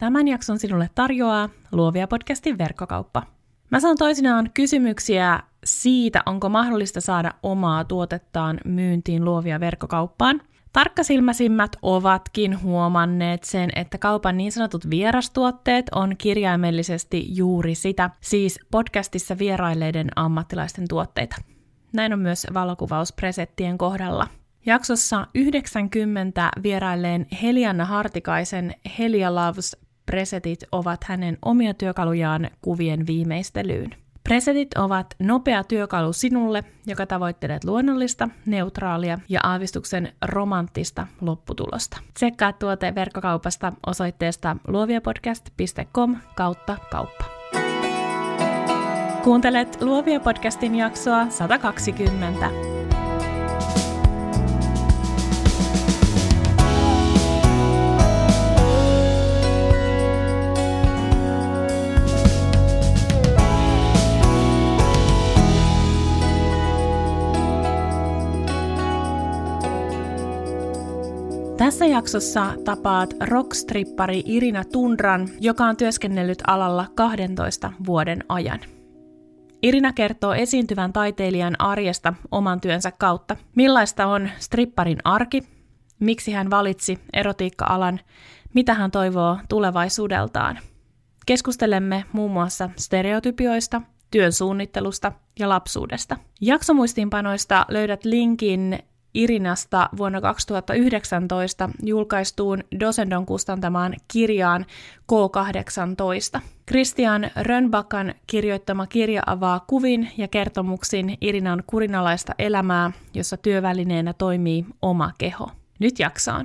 Tämän jakson sinulle tarjoaa Luovia podcastin verkkokauppa. Mä saan toisinaan kysymyksiä siitä, onko mahdollista saada omaa tuotettaan myyntiin Luovia verkkokauppaan. Tarkkasilmäisimmät ovatkin huomanneet sen, että kaupan niin sanotut vierastuotteet on kirjaimellisesti juuri sitä, siis podcastissa vierailleiden ammattilaisten tuotteita. Näin on myös valokuvauspresettien kohdalla. Jaksossa 90 vierailleen Helianna Hartikaisen Helia Loves presetit ovat hänen omia työkalujaan kuvien viimeistelyyn. Presetit ovat nopea työkalu sinulle, joka tavoittelet luonnollista, neutraalia ja aavistuksen romanttista lopputulosta. Tsekkaa tuote verkkokaupasta osoitteesta luoviapodcast.com/kauppa. Kuuntelet Luovia podcastin jaksoa 120. Tässä jaksossa tapaat rockstrippari Irina Tundran, joka on työskennellyt alalla 12 vuoden ajan. Irina kertoo esiintyvän taiteilijan arjesta oman työnsä kautta. Millaista on stripparin arki, miksi hän valitsi erotiikka-alan, mitä hän toivoo tulevaisuudeltaan. Keskustelemme muun muassa stereotypioista, työn suunnittelusta ja lapsuudesta. Jaksomuistiinpanoista löydät linkin Irinasta vuonna 2019 julkaistuun Dosendon kustantamaan kirjaan K18. Christian Rönnbackan kirjoittama kirja avaa kuvin ja kertomuksin Irinan kurinalaista elämää, jossa työvälineenä toimii oma keho. Nyt jaksaan.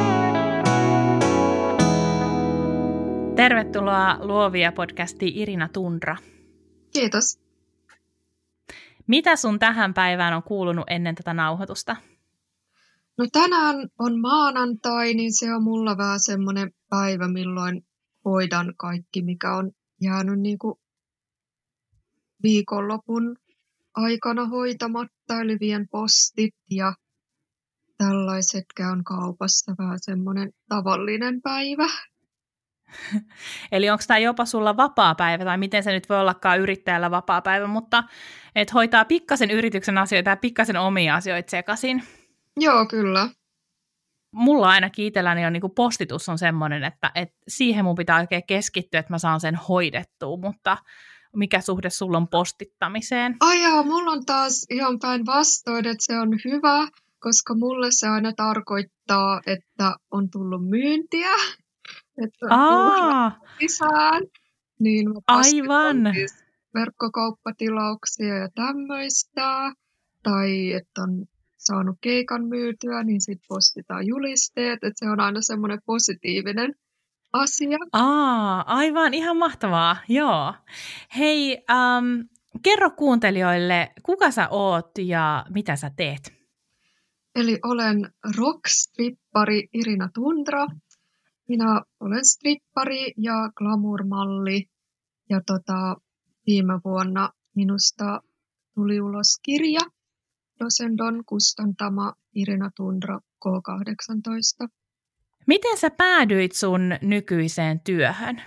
Tervetuloa Luovia podcastiin Irina Tundra. Kiitos. Mitä sun tähän päivään on kuulunut ennen tätä nauhoitusta? No tänään on maanantai, niin se on mulla vähän semmoinen päivä, milloin hoidan kaikki, mikä on jäänyt niin kuin viikonlopun aikana hoitamatta, eli vien postit ja tällaiset käyn kaupassa, vähän semmoinen tavallinen päivä. Eli onko tämä jopa sulla vapaapäivä, tai miten se nyt voi ollakaan yrittäjällä vapaapäivä, mutta et hoitaa pikkasen yrityksen asioita ja pikkasen omia asioita sekaisin? Joo, kyllä. Mulla ainakin itselläni on niinku postitus on semmoinen, että siihen mun pitää oikein keskittyä, että mä saan sen hoidettua, mutta mikä suhde sulla on postittamiseen? Mulla on taas ihan päinvastoin, että se on hyvä, koska mulle se aina tarkoittaa, että on tullut myyntiä. Että on sisään, niin mä aivan siis verkkokauppatilauksia ja tämmöistä, tai että on saanut keikan myytyä, niin sitten postitaan julisteet, että se on aina semmoinen positiivinen asia. Aivan, ihan mahtavaa, joo. Hei, kerro kuuntelijoille, kuka sä oot ja mitä sä teet? Eli olen rockstrippari Irina Tundra. Minä olen strippari ja glamour-malli ja viime vuonna minusta tuli ulos kirja, Dosendon kustantama Irina Tundra K18. Miten sä päädyit sun nykyiseen työhön?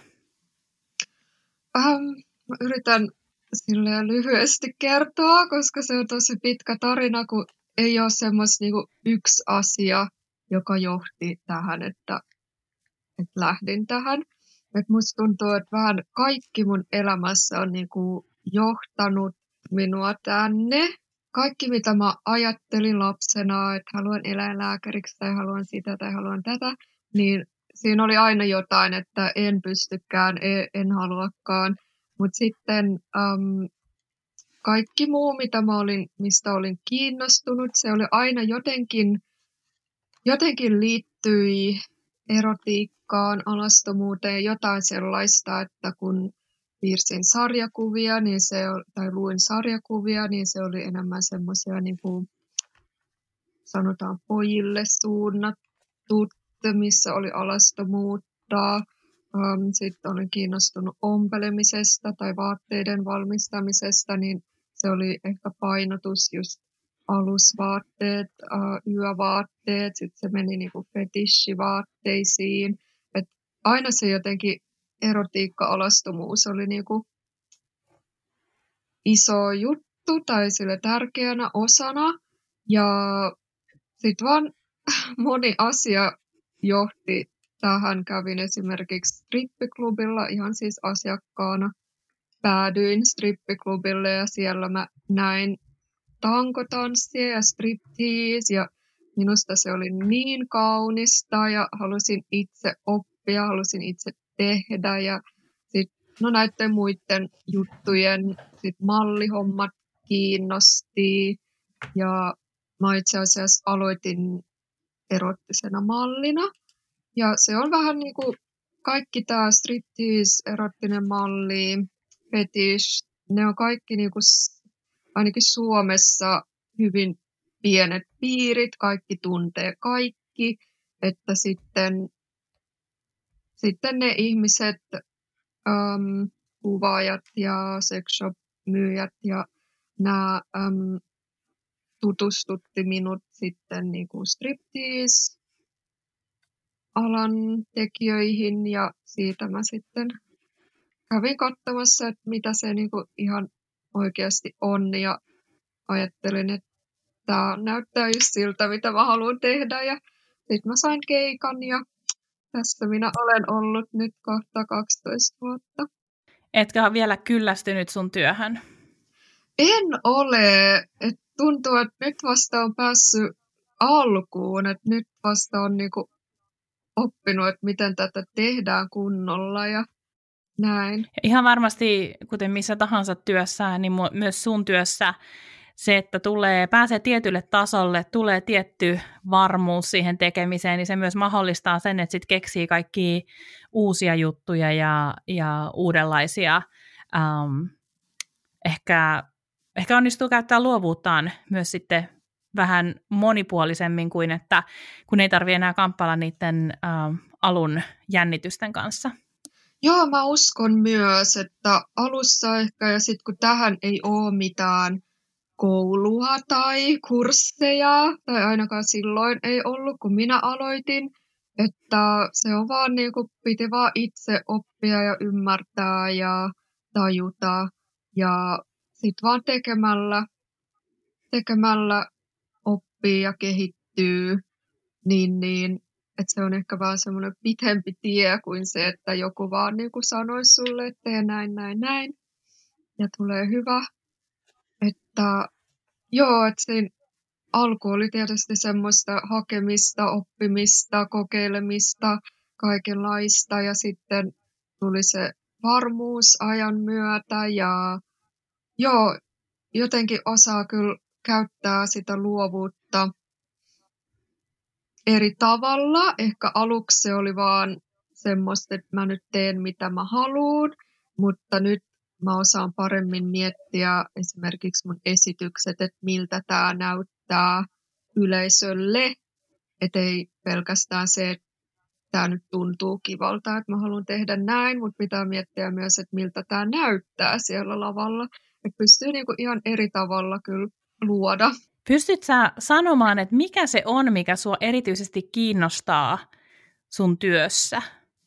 Mä yritän silleen lyhyesti kertoa, koska se on tosi pitkä tarina, kun ei ole semmoista niinku yksi asia, joka johti tähän, että lähdin tähän. Että musta tuntuu, että vähän kaikki mun elämässä on niinku johtanut minua tänne. Kaikki, mitä mä ajattelin lapsena, että haluan eläinlääkäriksi tai haluan sitä tai haluan tätä, niin siinä oli aina jotain, että en pystykään, en haluakaan. Mutta sitten kaikki muu, mistä olin kiinnostunut, se oli aina jotenkin liittyi erotiikkaan, alastomuuteen, jotain sellaista, että kun piirsin sarjakuvia, tai luin sarjakuvia, niin se oli enemmän semmoisia, niin kuin sanotaan pojille suunnattu, missä oli alastomuutta. Sitten olin kiinnostunut ompelemisesta tai vaatteiden valmistamisesta, niin se oli ehkä painotus just alusvaatteet, yövaatteet, sitten se meni niinku fetishivaatteisiin. Et aina se jotenkin erotiikka-alastomuus oli niinku iso juttu tai sille tärkeänä osana. Ja sitten vaan moni asia johti tähän. Kävin esimerkiksi strippiklubilla ihan siis asiakkaana. Päädyin strippiklubille ja siellä mä näin tankotanssia ja striptease ja minusta se oli niin kaunista ja halusin itse oppia, halusin itse tehdä ja sit, no näiden muiden juttujen sit mallihommat kiinnosti ja mä itse asiassa aloitin erottisena mallina ja se on vähän niin kuin kaikki tämä striptease, erottinen malli, fetish, ne on kaikki niin kuin ainakin Suomessa hyvin pienet piirit, kaikki tuntee kaikki, että sitten ne ihmiset, kuvaajat ja sex shop-myyjät ja nämä tutustutti minut sitten niin kuin striptease-alan tekijöihin ja siitä mä sitten kävin katsomassa, että mitä se niin kuin ihan oikeasti on ja ajattelin, että tämä näyttää just siltä, mitä mä haluan tehdä ja sitten mä sain keikan ja tässä minä olen ollut nyt kohta 12 vuotta. Etkä vielä kyllästynyt sun työhön? En ole. Et tuntuu, että nyt vasta on päässyt alkuun, että nyt vasta on niinku oppinut, että miten tätä tehdään kunnolla ja näin. Ihan varmasti, kuten missä tahansa työssä, niin myös sun työssä se, että pääsee tietylle tasolle, tulee tietty varmuus siihen tekemiseen, niin se myös mahdollistaa sen, että sit keksii kaikkia uusia juttuja ja uudenlaisia. Ehkä onnistuu käyttää luovuuttaan myös sitten vähän monipuolisemmin kuin, että kun ei tarvitse enää kamppailla niiden alun jännitysten kanssa. Joo, mä uskon myös, että alussa ehkä, ja sitten kun tähän ei ole mitään koulua tai kursseja, tai ainakaan silloin ei ollut, kun minä aloitin, että se on vaan niin kuin piti vaan itse oppia ja ymmärtää ja tajuta, ja sitten vaan tekemällä oppii ja kehittyy, niin että se on ehkä vaan semmoinen pitempi tie kuin se, että joku vaan niin kuin sanoisi sulle, että tee näin, ja tulee hyvä. Että joo, että siinä alku oli tietysti semmoista hakemista, oppimista, kokeilemista, kaikenlaista, ja sitten tuli se varmuus ajan myötä, ja joo, jotenkin osaa kyllä käyttää sitä luovuutta eri tavalla. Ehkä aluksi se oli vaan semmoista, että mä nyt teen mitä mä haluan, mutta nyt mä osaan paremmin miettiä esimerkiksi mun esitykset, että miltä tämä näyttää yleisölle. Että ei pelkästään se, että tämä nyt tuntuu kivalta, että mä haluan tehdä näin, mutta pitää miettiä myös, että miltä tämä näyttää siellä lavalla. Että pystyy niinku ihan eri tavalla kyllä luoda. Pystyt sä sanomaan, että mikä se on, mikä sua erityisesti kiinnostaa sun työssä?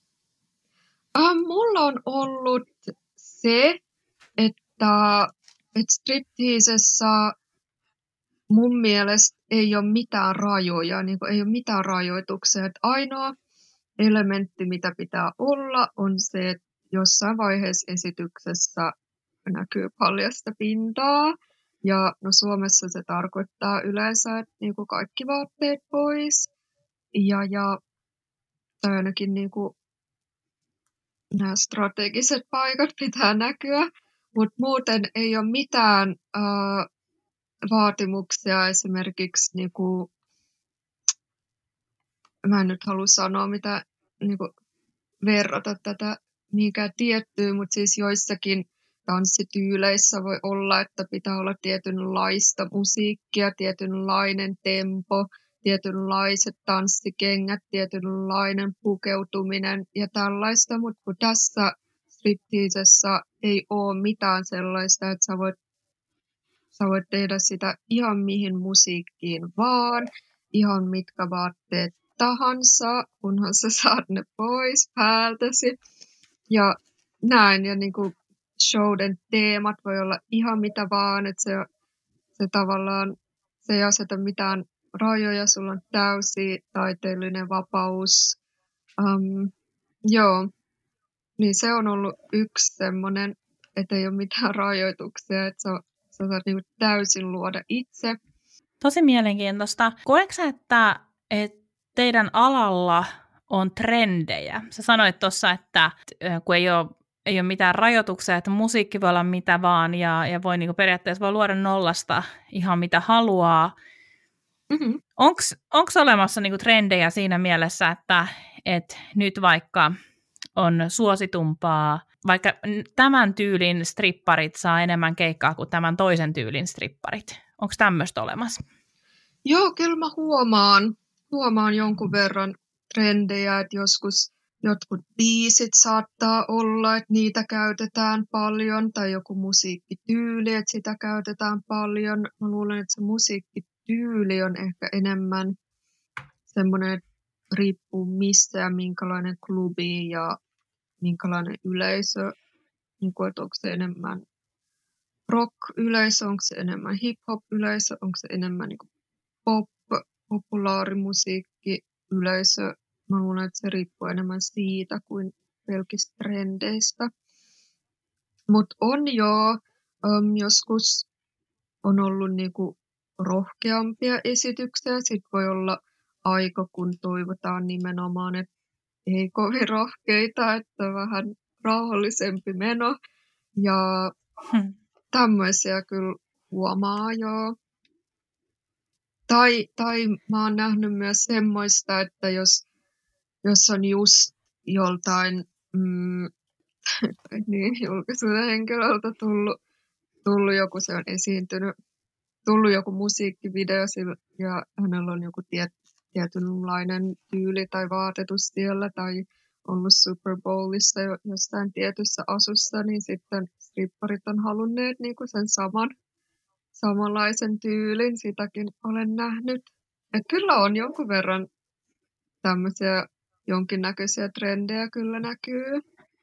Mulla on ollut se, että stripteasessa mun mielestä ei ole mitään rajoja, niin ei ole mitään rajoituksia. Että ainoa elementti, mitä pitää olla, on se, että jossain vaiheessa esityksessä näkyy paljasta pintaa. Ja no Suomessa se tarkoittaa yleensä, että niin kuin kaikki vaatteet pois. Tai ainakin niin kuin nämä strategiset paikat pitää näkyä. Mutta muuten ei ole mitään vaatimuksia esimerkiksi, niin kuin, mä en nyt halua sanoa mitä, niin kuin, verrata tätä mihinkään tiettyyn, mutta siis joissakin tanssityyleissä voi olla, että pitää olla tietynlaista musiikkia, tietynlainen tempo, tietynlaiset tanssikengät, tietynlainen pukeutuminen ja tällaista, mutta kun tässä stripteasessa ei ole mitään sellaista, että sä voit tehdä sitä ihan mihin musiikkiin vaan, ihan mitkä vaatteet tahansa, kunhan sä saat ne pois päältäsi. Ja näin, ja niin kuin showden teemat voi olla ihan mitä vaan, että se tavallaan se ei aseta mitään rajoja, sulla on täysi taiteellinen vapaus. Joo, niin se on ollut yksi semmoinen, että ei ole mitään rajoituksia, että sä saat niin kuin täysin luoda itse. Tosi mielenkiintoista. Koetko sä, että teidän alalla on trendejä? Sä sanoit tuossa, että kun ei ole mitään rajoituksia, että musiikki voi olla mitä vaan ja voi niinku periaatteessa voi luoda nollasta ihan mitä haluaa. Mm-hmm. Onko olemassa niinku trendejä siinä mielessä, että nyt vaikka on suositumpaa, vaikka tämän tyylin stripparit saa enemmän keikkaa kuin tämän toisen tyylin stripparit? Onko tämmöistä olemassa? Joo, kyllä mä huomaan jonkun verran trendejä, että joskus jotkut biisit saattaa olla, että niitä käytetään paljon, tai joku musiikkityyli, että sitä käytetään paljon. Mä luulen, että se musiikkityyli on ehkä enemmän semmoinen, että riippuu missä ja minkälainen klubi ja minkälainen yleisö, niin kuin, että onko se enemmän rock-yleisö, onko se enemmän hip-hop-yleisö, onko se enemmän niin kuin pop, populaarimusiikki, yleisö. Mä luulen, että se riippuu enemmän siitä kuin pelkistä trendeistä. Mutta on jo, joskus on ollut niinku rohkeampia esityksiä. Sitten voi olla aika, kun toivotaan nimenomaan, että ei kovin rohkeita, että vähän rauhallisempi meno. Ja tämmöisiä kyllä huomaa jo. Tai mä oon nähnyt myös semmoista, että jos on just joltain niin, julkisuuden henkilöltä tullut joku, se on esiintynyt, tullut joku musiikkivideo ja hänellä on joku tietynlainen tyyli tai vaatetus siellä tai ollut Super Bowlissa jossain tietyssä asussa, niin sitten stripparit on halunneet niinku sen samanlaisen tyylin, sitäkin olen nähnyt. Et kyllä on jonkun verran tämmöisiä jonkinnäköisiä trendejä kyllä näkyy.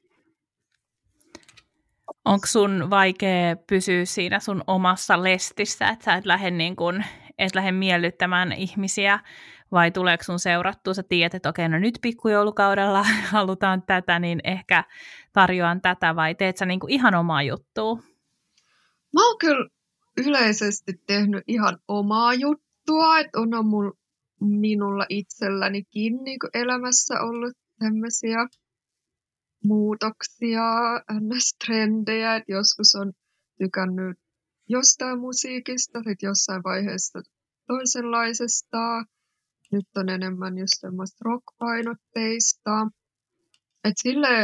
Onko sun vaikea pysyä siinä sun omassa lestissä, että sä et lähde miellyttämään ihmisiä, vai tuleeko sun seurattua, sä tiedät, että okei, no nyt pikkujoulukaudella halutaan tätä, niin ehkä tarjoan tätä, vai teet sä niinku ihan omaa juttua? Mä oon kyllä yleisesti tehnyt ihan omaa juttua, että onhan minulla itsellänikin niin elämässä ollut tämmöisiä muutoksia, ns-trendejä, että joskus on tykännyt jostain musiikista, sitten jossain vaiheessa toisenlaisesta. Nyt on enemmän just semmoista rock-painotteista. Että silleen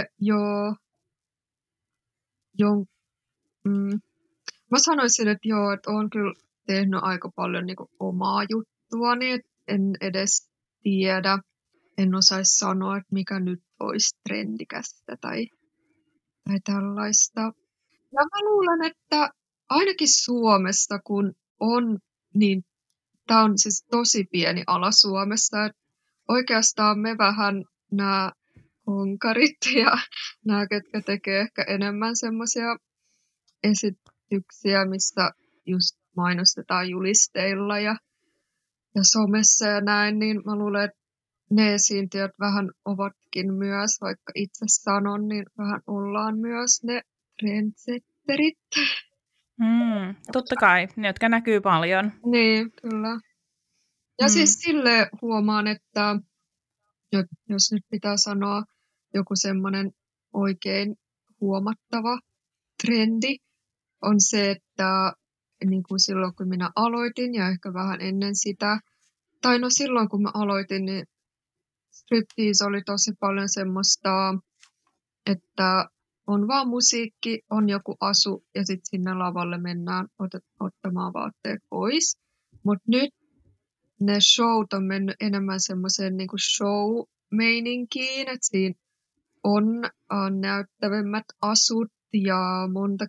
mä sanoisin, että joo, että oon kyllä tehnyt aika paljon niinku omaa juttua, niin en edes tiedä, en osaisi sanoa, että mikä nyt olisi trendikästä tai tällaista. Ja mä luulen, että ainakin Suomessa, kun on, niin tämä on siis tosi pieni ala Suomessa, että oikeastaan me vähän nämä konkarit ja nämä, ketkä tekee ehkä enemmän semmoisia esityksiä, missä just mainostetaan julisteilla ja somessa ja näin, niin mä luulen, että ne esiintyjät vähän ovatkin myös, vaikka itse sanon, niin vähän ollaan myös ne trendsetterit. Totta kai, ne jotka näkyy paljon. Niin, kyllä. Ja siis sille huomaan, että jos nyt pitää sanoa joku semmoinen oikein huomattava trendi, on se, että niin kuin silloin kun minä aloitin ja ehkä vähän ennen sitä, tai no silloin kun mä aloitin, niin striptease oli tosi paljon semmoista, että on vaan musiikki, on joku asu ja sitten sinne lavalle mennään ottamaan vaatteet pois. Mutta nyt ne showt on mennyt enemmän semmoiseen niinku show-meininkiin, että siinä on näyttävämmät asut ja monta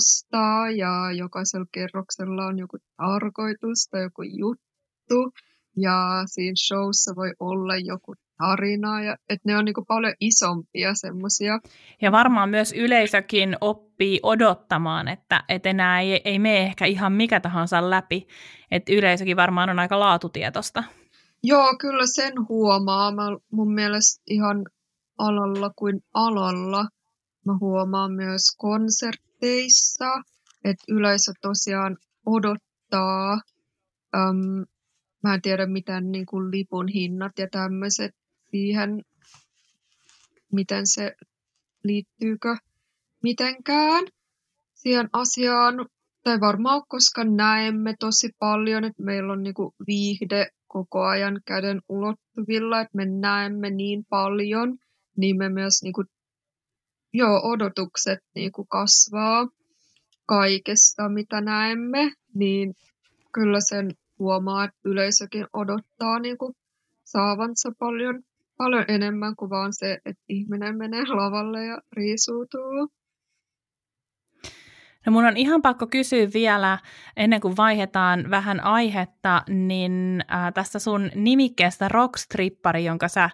kerrosta ja jokaisella kerroksella on joku tarkoitus tai joku juttu. ja siinä showssa voi olla joku tarina, ja että ne on niin kuin paljon isompia semmoisia. Ja varmaan myös yleisökin oppii odottamaan, että enää ei mene ehkä ihan mikä tahansa läpi, että yleisökin varmaan on aika laatutietoista. Joo, kyllä sen huomaa. Mun mielestä ihan alalla kuin alalla. Mä huomaan myös konserteissa, että yleisö tosiaan odottaa. Mä en tiedä, miten niin kuin lipun hinnat ja tämmöiset siihen, miten se liittyykö mitenkään siihen asiaan. Tai varmaan, koska näemme tosi paljon, että meillä on niin kuin viihde koko ajan käden ulottuvilla, että me näemme niin paljon, niin me myös niin kuin, odotukset niin kuin kasvaa kaikesta, mitä näemme, niin kyllä sen huomaa, että yleisökin odottaa niin kuin saavansa paljon enemmän kuin vaan se, että ihminen menee lavalle ja riisuutuu. No mun on ihan pakko kysyä vielä, ennen kuin vaihdetaan vähän aihetta, niin tästä sun nimikkeestä rockstrippari,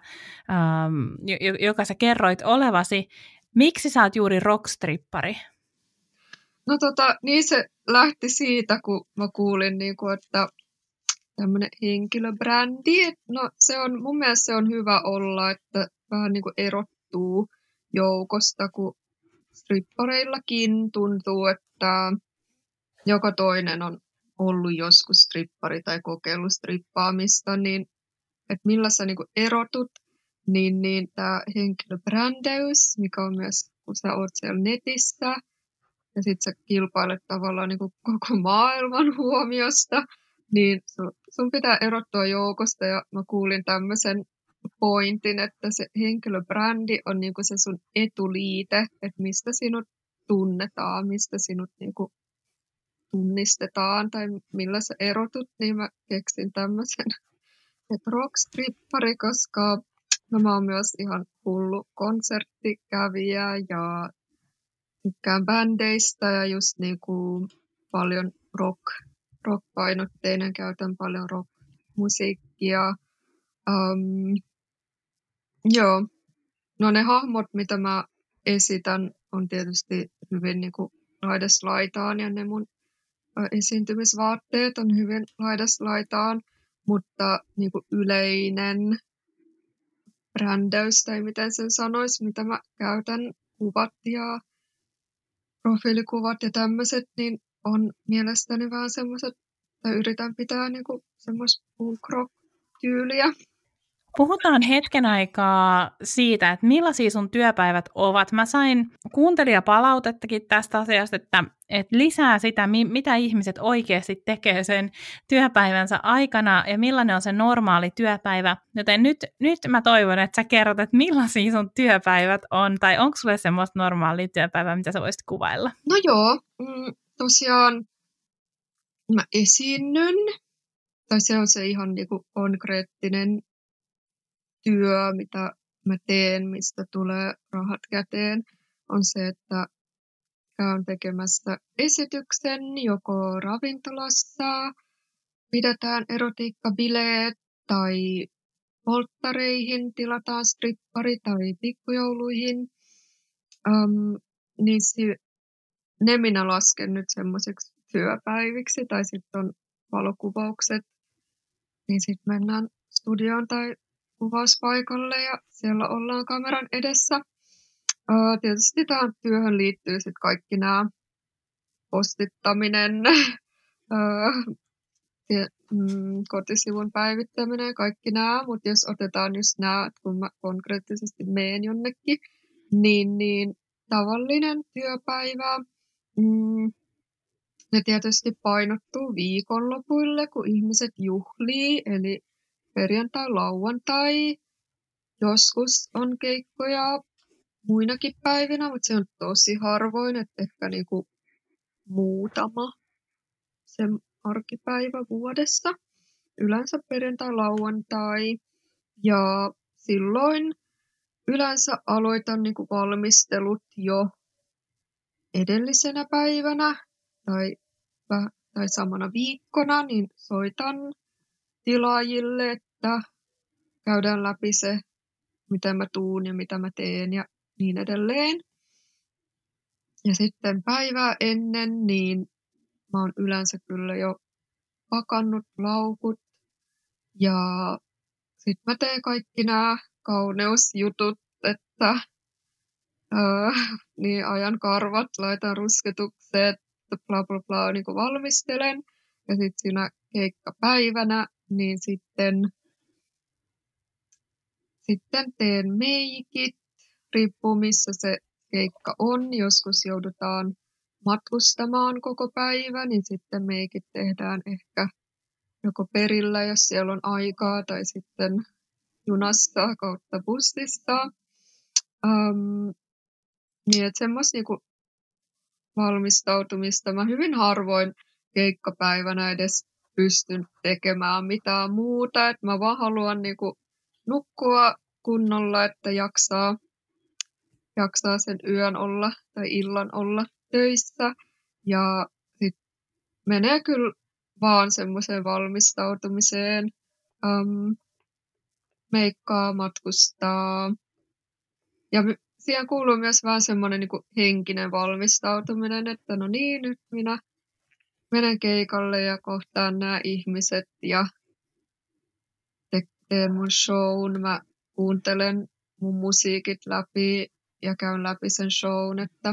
joka sä kerroit olevasi, miksi sä oot juuri rockstrippari? No niin se lähti siitä, kun mä kuulin, niin kuin, että tämmöinen henkilöbrändi. No mun mielestä se on hyvä olla, että vähän niin kuin erottuu joukosta, kun strippareillakin tuntuu, että joka toinen on ollut joskus strippari tai kokeillut strippaamista, niin että millä sä niin kuin erotut, niin tämä henkilöbrändäys, mikä on myös, kun sä oot siellä netissä, ja sit sä kilpailet tavallaan niin kuin koko maailman huomiosta, niin sun pitää erottua joukosta, ja mä kuulin tämmöisen pointin, että se henkilöbrändi on niin kuin se sun etuliite, että mistä sinut tunnetaan, mistä sinut niin kuin tunnistetaan tai millä sä erotut, niin mä keksin tämmöisen, että rockstrippari, koska mä oon myös ihan hullu konserttikävijä ja tykkään bändeistä ja just niinku paljon rock-painotteinen, käytän paljon rock-musiikkia. Joo, no ne hahmot, mitä mä esitän, on tietysti hyvin niinku laideslaitaan ja ne mun esiintymisvaatteet on hyvin laideslaitaan, mutta niinku yleinen brändäys tai miten sen sanoisi, mitä mä käytän, kuvat ja profiilikuvat ja tämmöiset, niin on mielestäni vähän semmoiset, tai yritän pitää niinku semmoista punk rock-tyyliä. Puhutaan hetken aikaa siitä, että millaisia sun työpäivät ovat. Mä sain kuuntelijapalautettakin tästä asiasta, että lisää sitä, mitä ihmiset oikeasti tekee sen työpäivänsä aikana ja millainen on se normaali työpäivä. Joten nyt mä toivon, että sä kerrot, että millaisia sun työpäivät on, tai onko sulle semmoista normaalia työpäivää, mitä sä voisit kuvailla? No joo, tosiaan mä esiinnyn, tai se on se ihan niinku konkreettinen työ, mitä mä teen, mistä tulee rahat käteen, on se, että käyn tekemässä esityksen joko ravintolassa, pidetään erotiikkabileet tai polttareihin tilataan strippari tai pikkujouluihin. Niin ne minä lasken nyt semmoiseksi työpäiviksi, tai sitten on valokuvaukset, niin sitten mennään studioon tai kuvauspaikalle ja siellä ollaan kameran edessä. Tietysti tähän työhön liittyy sitten kaikki nämä postittaminen, kotisivun päivittäminen ja kaikki nämä, mutta jos otetaan just nämä, että kun mä konkreettisesti menen jonnekin, niin tavallinen työpäivä, ne tietysti painottuu viikonlopuille, kun ihmiset juhlii, eli perjantai, lauantai, joskus on keikkoja muinakin päivinä, mutta se on tosi harvoin, että ehkä niinku muutama se arkipäivä vuodessa. Yleensä perjantai, lauantai. Ja silloin yleensä aloitan niinku valmistelut jo edellisenä päivänä tai samana viikkona, niin soitan tilaajille, että käydään läpi se, miten mä tuun ja mitä mä teen ja niin edelleen. Ja sitten päivää ennen, niin mä oon yleensä kyllä jo pakannut laukut ja sitten mä teen kaikki nämä kauneusjutut, että niin ajan karvat, laitan rusketukset, bla bla bla, niin kuin valmistelen. Ja sitten siinä keikkapäivänä, niin sitten teen meikit, riippuu missä se keikka on. Joskus joudutaan matkustamaan koko päivä, niin sitten meikit tehdään ehkä joko perillä, jos siellä on aikaa, tai sitten junassa kautta bussista. Niin, että semmoista niinku valmistautumista mä hyvin harvoin keikkapäivänä edes pystyn tekemään mitään muuta. Et mä vaan haluan niinku nukkua kunnolla, että jaksaa sen yön olla tai illan olla töissä. Ja sit menee kyllä vaan semmoiseen valmistautumiseen. Meikkaa, matkustaa. Ja siihen kuuluu myös vähän semmoinen niin kuin henkinen valmistautuminen, että no niin, nyt minä menen keikalle ja kohtaan nämä ihmiset ja teen mun shown. Mä kuuntelen mun musiikit läpi ja käyn läpi sen shown, että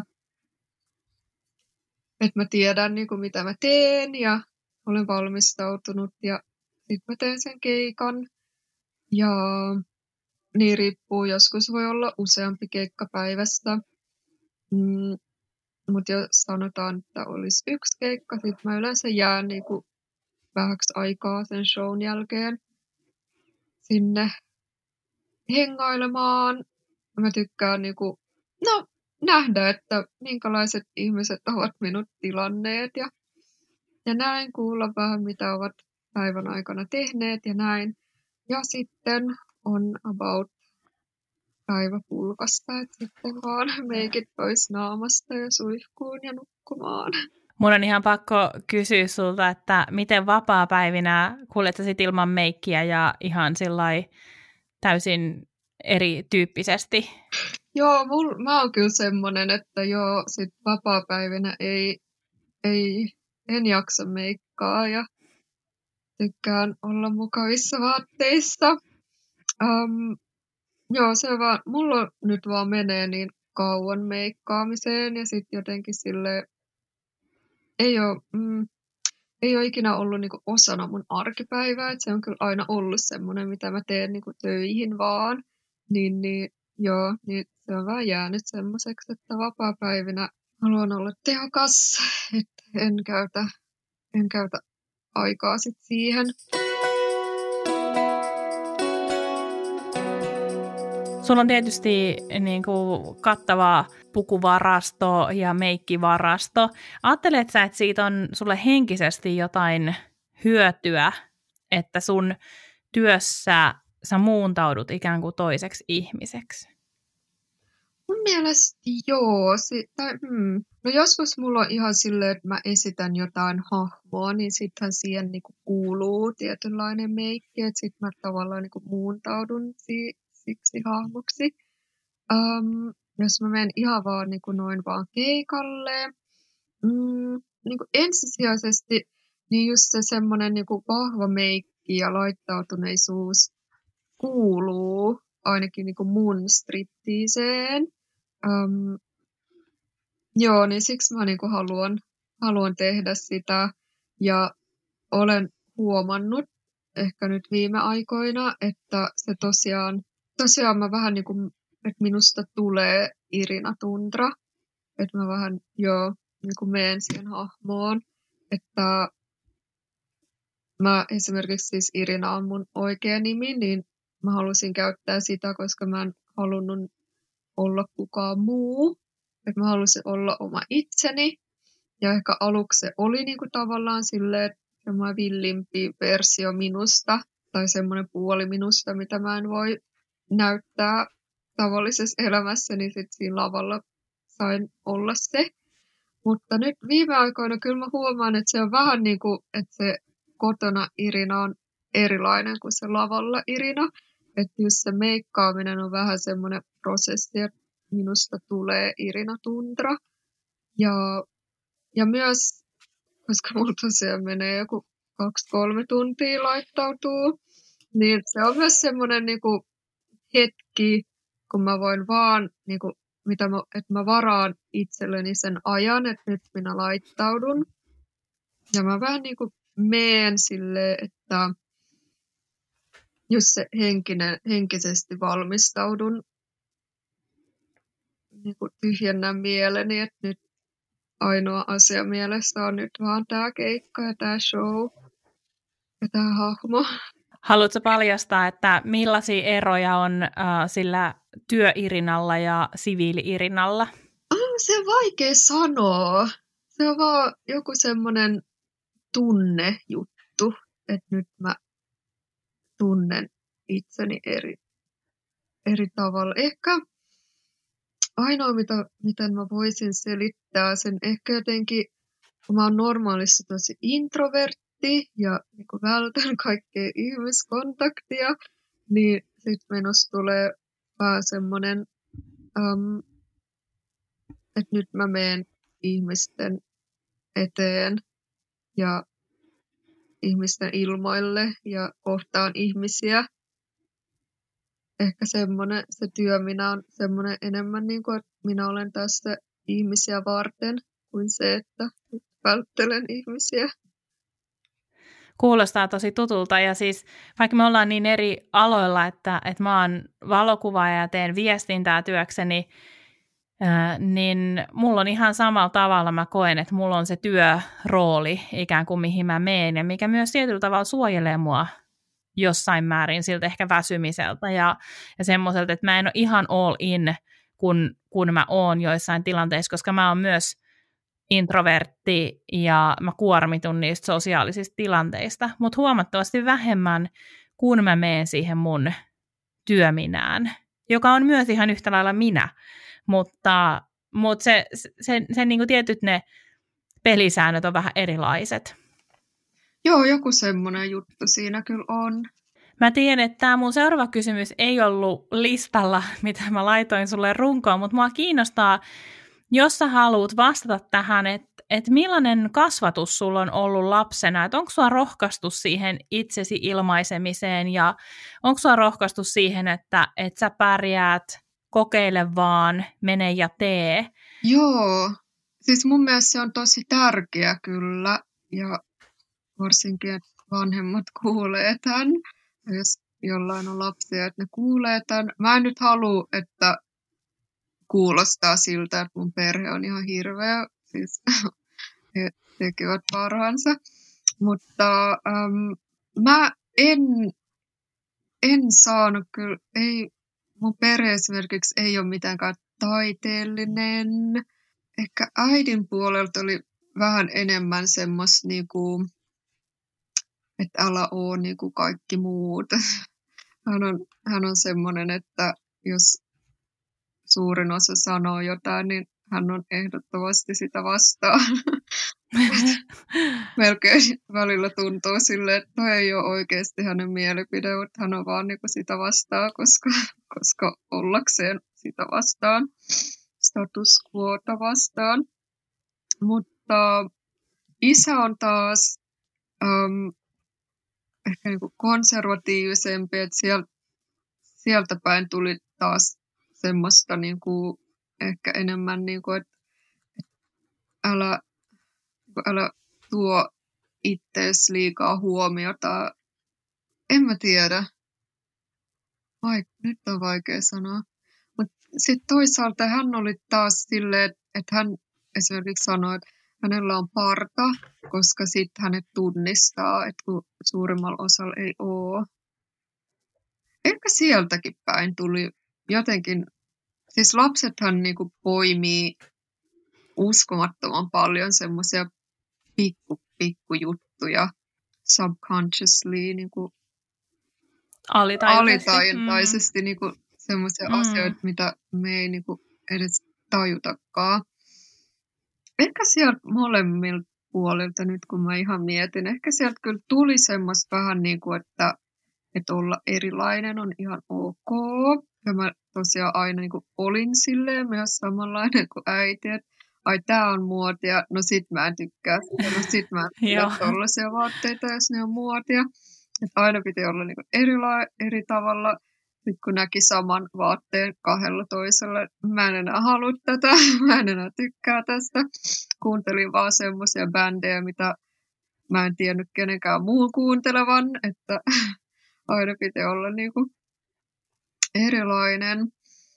mä tiedän niin kuin mitä mä teen ja olen valmistautunut ja sitten mä teen sen keikan. Ja niin riippuu, joskus voi olla useampi keikka päivästä. Mutta jos sanotaan, että olisi yksi keikka, sitten mä yleensä jään niinku vähäksi aikaa sen shown jälkeen sinne hengailemaan. Mä tykkään niinku, nähdä, että minkälaiset ihmiset ovat minut tilanneet ja näin, kuulla vähän mitä ovat päivän aikana tehneet ja näin. Ja sitten on about päivä pulkasta, että sitten vaan meikit pois naamasta ja suihkuun ja nukkumaan. Mun on ihan pakko kysyä sulta, että miten vapaapäivinä kuljettasit ilman meikkiä ja ihan sillai täysin erityyppisesti? Joo, mä oon kyllä semmonen, että sit vapaapäivinä en jaksa meikkaa ja tykkään olla mukavissa vaatteissa. Joo, se vaan, mulla nyt vaan menee niin kauan meikkaamiseen ja sitten jotenkin silleen ei ole ikinä ollut niinku osana mun arkipäivää, että se on kyllä aina ollut semmoinen, mitä mä teen niinku töihin vaan, niin se on vähän jäänyt semmoiseksi, että vapaapäivinä haluan olla tehokas, että en käytä aikaa sit siihen. Sulla on tietysti niin kuin kattava pukuvarasto ja meikkivarasto. Ajattelet sä, että siitä on sulle henkisesti jotain hyötyä, että sun työssä sä muuntaudut ikään kuin toiseksi ihmiseksi? Mun mielestä joo. No joskus mulla on ihan silleen, että mä esitän jotain hahmoa, niin sittenhän siihen niinku kuuluu tietynlainen meikki, että sit mä tavallaan niinku muuntaudun siksi hahmoksi. Jos mä menen ihan vaan niin kuin noin vaan keikalle, niin kuin ensisijaisesti niin just se semmoinen niin kuin vahva meikki ja laittautuneisuus kuuluu ainakin niin kuin mun striptiiseen. Joo, niin siksi mä niin kuin haluan tehdä sitä ja olen huomannut ehkä nyt viime aikoina, että se tosiaan mä vähän niin kuin, että minusta tulee Irina Tundra, että mä vähän niin kuin menen siihen hahmoon, että mä esimerkiksi siis Irina on mun oikea nimi, niin mä halusin käyttää sitä, koska mä en halunnut olla kukaan muu, että mä halusin olla oma itseni, ja ehkä aluksi se oli niin kuin tavallaan silleen, semmoinen villimpi versio minusta, tai semmoinen puoli minusta, mitä mä en voi näyttää tavallisessa elämässä, niin sitten siinä lavalla sain olla se. Mutta nyt viime aikoina kyllä mä huomaan, että se on vähän niin kuin, että se kotona Irina on erilainen kuin se lavalla Irina. Että just se meikkaaminen on vähän semmoinen prosessi, että minusta tulee Irina Tundra. Ja myös, koska mulla tosiaan menee joku 2-3 tuntia laittautuu, niin se on myös semmoinen niinku hetki, kun mä voin vaan, niinku, että mä varaan itselleni sen ajan, että nyt minä laittaudun. Ja mä vähän niinku meen silleen, että jos se henkisesti valmistaudun, niinku tyhjennän mieleni, että nyt ainoa asia mielessä on nyt vaan tää keikka ja tää show ja tää hahmo. Haluatko paljastaa, että millaisia eroja on sillä työ-Irinalla ja siviili-Irinalla? Se on vaikea sanoa. Se on vaan joku semmoinen tunnejuttu, että nyt mä tunnen itseni eri tavalla. Ehkä ainoa, miten mä voisin selittää sen, ehkä jotenkin, kun mä oon normaalisti tosi introvertti ja niin kun vältän kaikkea ihmiskontaktia, niin sitten minusta tulee vähän semmoinen, että nyt mä menen ihmisten eteen ja ihmisten ilmoille ja kohtaan ihmisiä. Ehkä se työ minä on semmoinen enemmän niin kuin, että minä olen tässä ihmisiä varten kuin se, että välttelen ihmisiä. Kuulostaa tosi tutulta ja siis vaikka me ollaan niin eri aloilla, että mä oon valokuvaaja ja teen viestintää työkseni, niin mulla on ihan samalla tavalla mä koen, että mulla on se työrooli ikään kuin mihin mä menen ja mikä myös tietyllä tavalla suojelee mua jossain määrin siltä ehkä väsymiseltä ja semmoiselta, että mä en ole ihan all in, kun mä oon joissain tilanteissa, koska mä oon myös introvertti ja mä kuormitun niistä sosiaalisista tilanteista, mutta huomattavasti vähemmän, kun mä menen siihen mun työminään, joka on myös ihan yhtä lailla minä, mutta se niin kuin tietyt ne pelisäännöt on vähän erilaiset. Joo, joku semmoinen juttu siinä kyllä on. Mä tiedän, että tämä mun seuraava kysymys ei ollut listalla, mitä mä laitoin sulle runkoon, mutta mua kiinnostaa, jos sä haluat vastata tähän, että millainen kasvatus sulla on ollut lapsena, että onko sua rohkaistu siihen itsesi ilmaisemiseen ja onko sua rohkaistu siihen, että sä pärjäät, kokeile vaan, mene ja tee? Joo, siis mun mielestä se on tosi tärkeä kyllä ja varsinkin, että vanhemmat kuulee tämän, jos jollain on lapsia, että ne kuulee tämän. Mä en nyt halua, että kuulostaa siltä, että mun perhe on ihan hirveä, siis he tekevät parhaansa, mutta mä en saanut kyllä, mun perhe esimerkiksi ei ole mitenkään taiteellinen. Ehkä äidin puolelta oli vähän enemmän semmoista niinku, että älä oo niinku kaikki muut. Hän on semmoinen, että jos suurin osa sanoo jotain, niin hän on ehdottomasti sitä vastaan. Melkein välillä tuntuu silleen, että toi ei ole oikeasti hänen mielipide, mutta hän on vaan niinku sitä vastaan, koska ollakseen sitä vastaan, status quota vastaan. Mutta isä on taas ehkä niinku konservatiivisempi, että sieltä päin tuli taas semmoista niinku, ehkä enemmän, niinku, että älä tuo ittees liikaa huomiota. En mä tiedä. Nyt on vaikea sanoa. Mutta sitten toisaalta hän oli taas silleen, että hän esimerkiksi sanoi, että hänellä on parta, koska sitten hänet tunnistaa, että kun suurimmalla osalla ei ole. Ehkä sieltäkin päin tuli jotenkin, siis lapsethan niinku poimii uskomattoman paljon semmoisia pikkujuttuja subconsciously niinku alitajuntaisesti niinku semmoisia asioita, mitä me ei niinku edes tajutakaan. Ehkä sieltä puolilta nyt, kun mä ihan mietin. Ehkä sieltä kyllä tuli semmoista vähän niin kuin, että olla erilainen on ihan ok. Ja mä tosiaan aina niin kuin olin silleen myös samanlainen kuin äiti, että ai tää on muotia, no sit mä en tykkää sitä, no sit mä en pidä tollaisia vaatteita, jos ne on muotia. Että aina piti olla niin kuin eri tavalla. Nyt kun näki saman vaatteen kahdella toisella, mä en enää halua tätä, mä en enää tykkää tästä. Kuuntelin vaan semmoisia bändejä, mitä mä en tiennyt kenenkään muun kuuntelevan, että aina piti olla niinku erilainen.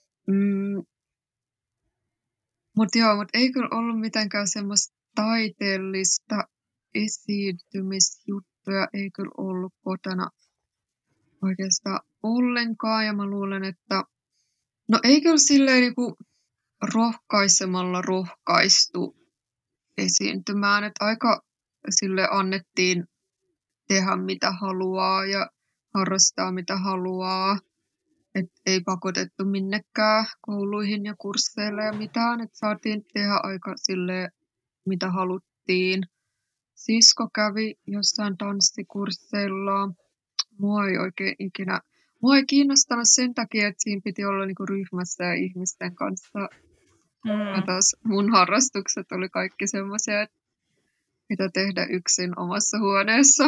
Mutta ei kyllä ollut mitenkään semmoista taiteellista esiintymisjuttuja, ei kyllä ollut kotona oikeastaan ollenkaan. Ja mä luulen, että no ei kyllä silleen niinku rohkaisemalla rohkaistu esiintymään, että aika sille annettiin tehdä mitä haluaa ja harrastaa mitä haluaa. Et ei pakotettu minnekään kouluihin ja kursseille ja mitään, että saatiin tehdä aika silleen mitä haluttiin. Sisko kävi jossain tanssikursseilla. Mua ei kiinnostanut sen takia, että siinä piti olla niinku ryhmässä ja ihmisten kanssa. Ja taas mun harrastukset oli kaikki semmoisia, että mitä tehdä yksin omassa huoneessa.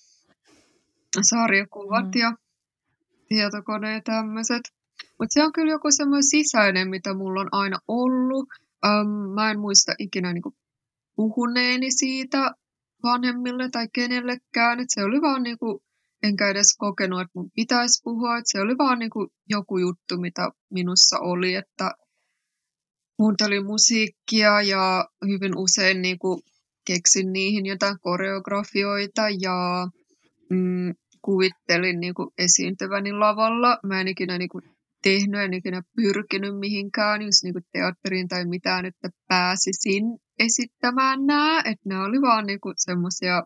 Sarjakuvat ja tietokone ja tämmöiset. Mutta se on kyllä joku semmoinen sisäinen, mitä mulla on aina ollut. Mä en muista ikinä niinku puhuneeni siitä vanhemmille tai kenellekään. Et se oli vaan niinku, enkä edes kokenut, että mun pitäisi puhua. Et se oli vaan niinku joku juttu, mitä minussa oli, että kuuntelin musiikkia ja hyvin usein niinku keksin niihin jotain koreografioita ja kuvittelin niinku esiintyväni lavalla. Mä en ikinä niinku tehnyt, en ikinä pyrkinyt mihinkään, just niinku teatteriin tai mitään, että pääsisin esittämään nää. Että ne oli vaan niinku semmoisia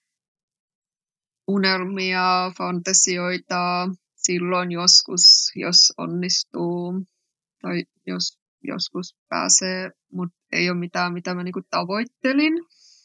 unelmia, fantasioita silloin joskus, jos onnistuu tai jos joskus pääsee, mutta ei ole mitään, mitä mä niinku tavoittelin.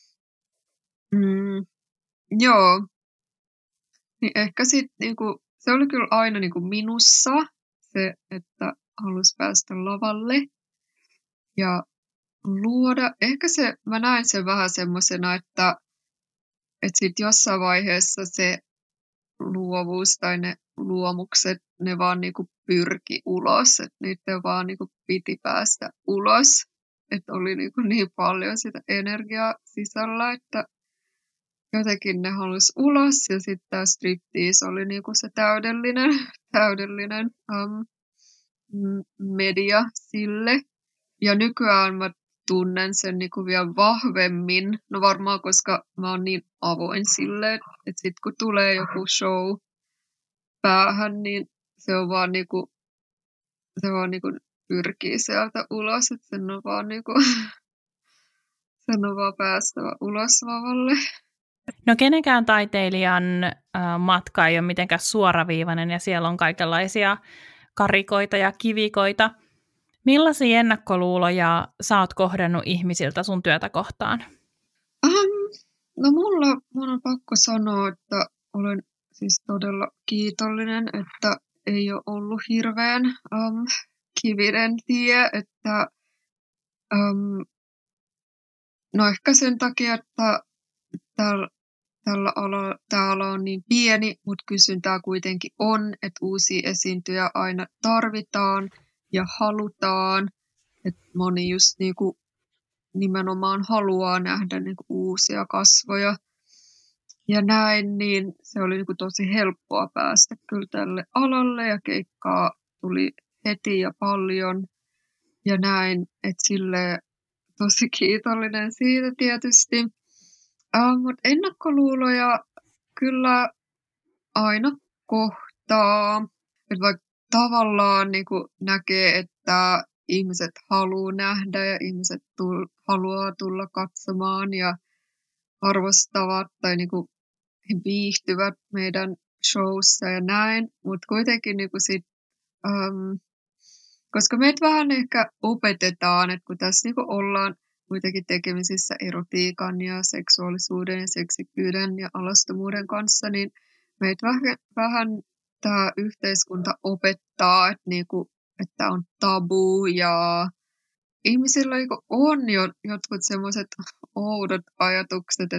Joo. Niin ehkä sit niinku, se oli kyllä aina niinku minussa se, että halusi päästä lavalle ja luoda. Ehkä se, mä näin sen vähän semmosena, että sit jossain vaiheessa se luovuus tai ne luomukset, ne vaan niinku pyrki ulos, että niiden vaan niinku piti päästä ulos. Että oli niinku niin paljon sitä energiaa sisällä, että jotenkin ne halusi ulos ja sitten tämä striptease oli niinku se täydellinen media sille. Ja nykyään mä tunnen sen niinku vielä vahvemmin. No varmaan, koska mä oon niin avoin sille, että sit kun tulee joku show päähän, niin se vaan niinku pyrkii sieltä ulos, että sen on vaan päästävä ulos lavalle. No kenenkään taiteilijan matka ei ole mitenkään suoraviivainen ja siellä on kaikenlaisia karikoita ja kivikoita. Millaisia ennakkoluuloja sä oot kohdannut ihmisiltä sun työtä kohtaan? No mun on pakko sanoa, että olen siis todella kiitollinen, että ei ole ollut hirveän kivinen tie, että no ehkä sen takia, että tämä ala on niin pieni, mutta kysyntää kuitenkin on, että uusia esiintyjä aina tarvitaan ja halutaan. Että moni just niinku nimenomaan haluaa nähdä niinku uusia kasvoja ja näin, niin se oli niinku tosi helppoa päästä kyllä tälle alalle ja keikkaa tuli heti ja paljon ja näin, että silleen tosi kiitollinen siitä tietysti. Mutta ennakkoluuloja kyllä aina kohtaa. Että vaikka tavallaan niinku näkee, että ihmiset haluaa nähdä ja ihmiset haluaa tulla katsomaan ja arvostavat tai niinku he viihtyvät meidän showssa ja näin. Mutta kuitenkin niinku sit, koska meitä vähän ehkä opetetaan, että kun tässä niinku ollaan kuitenkin tekemisissä erotiikan ja seksuaalisuuden ja seksikkyyden ja alastomuuden kanssa, niin meitä vähän tämä yhteiskunta opettaa, että, niinku, että on tabu ja ihmisillä on jo jotkut semmoiset oudot ajatukset,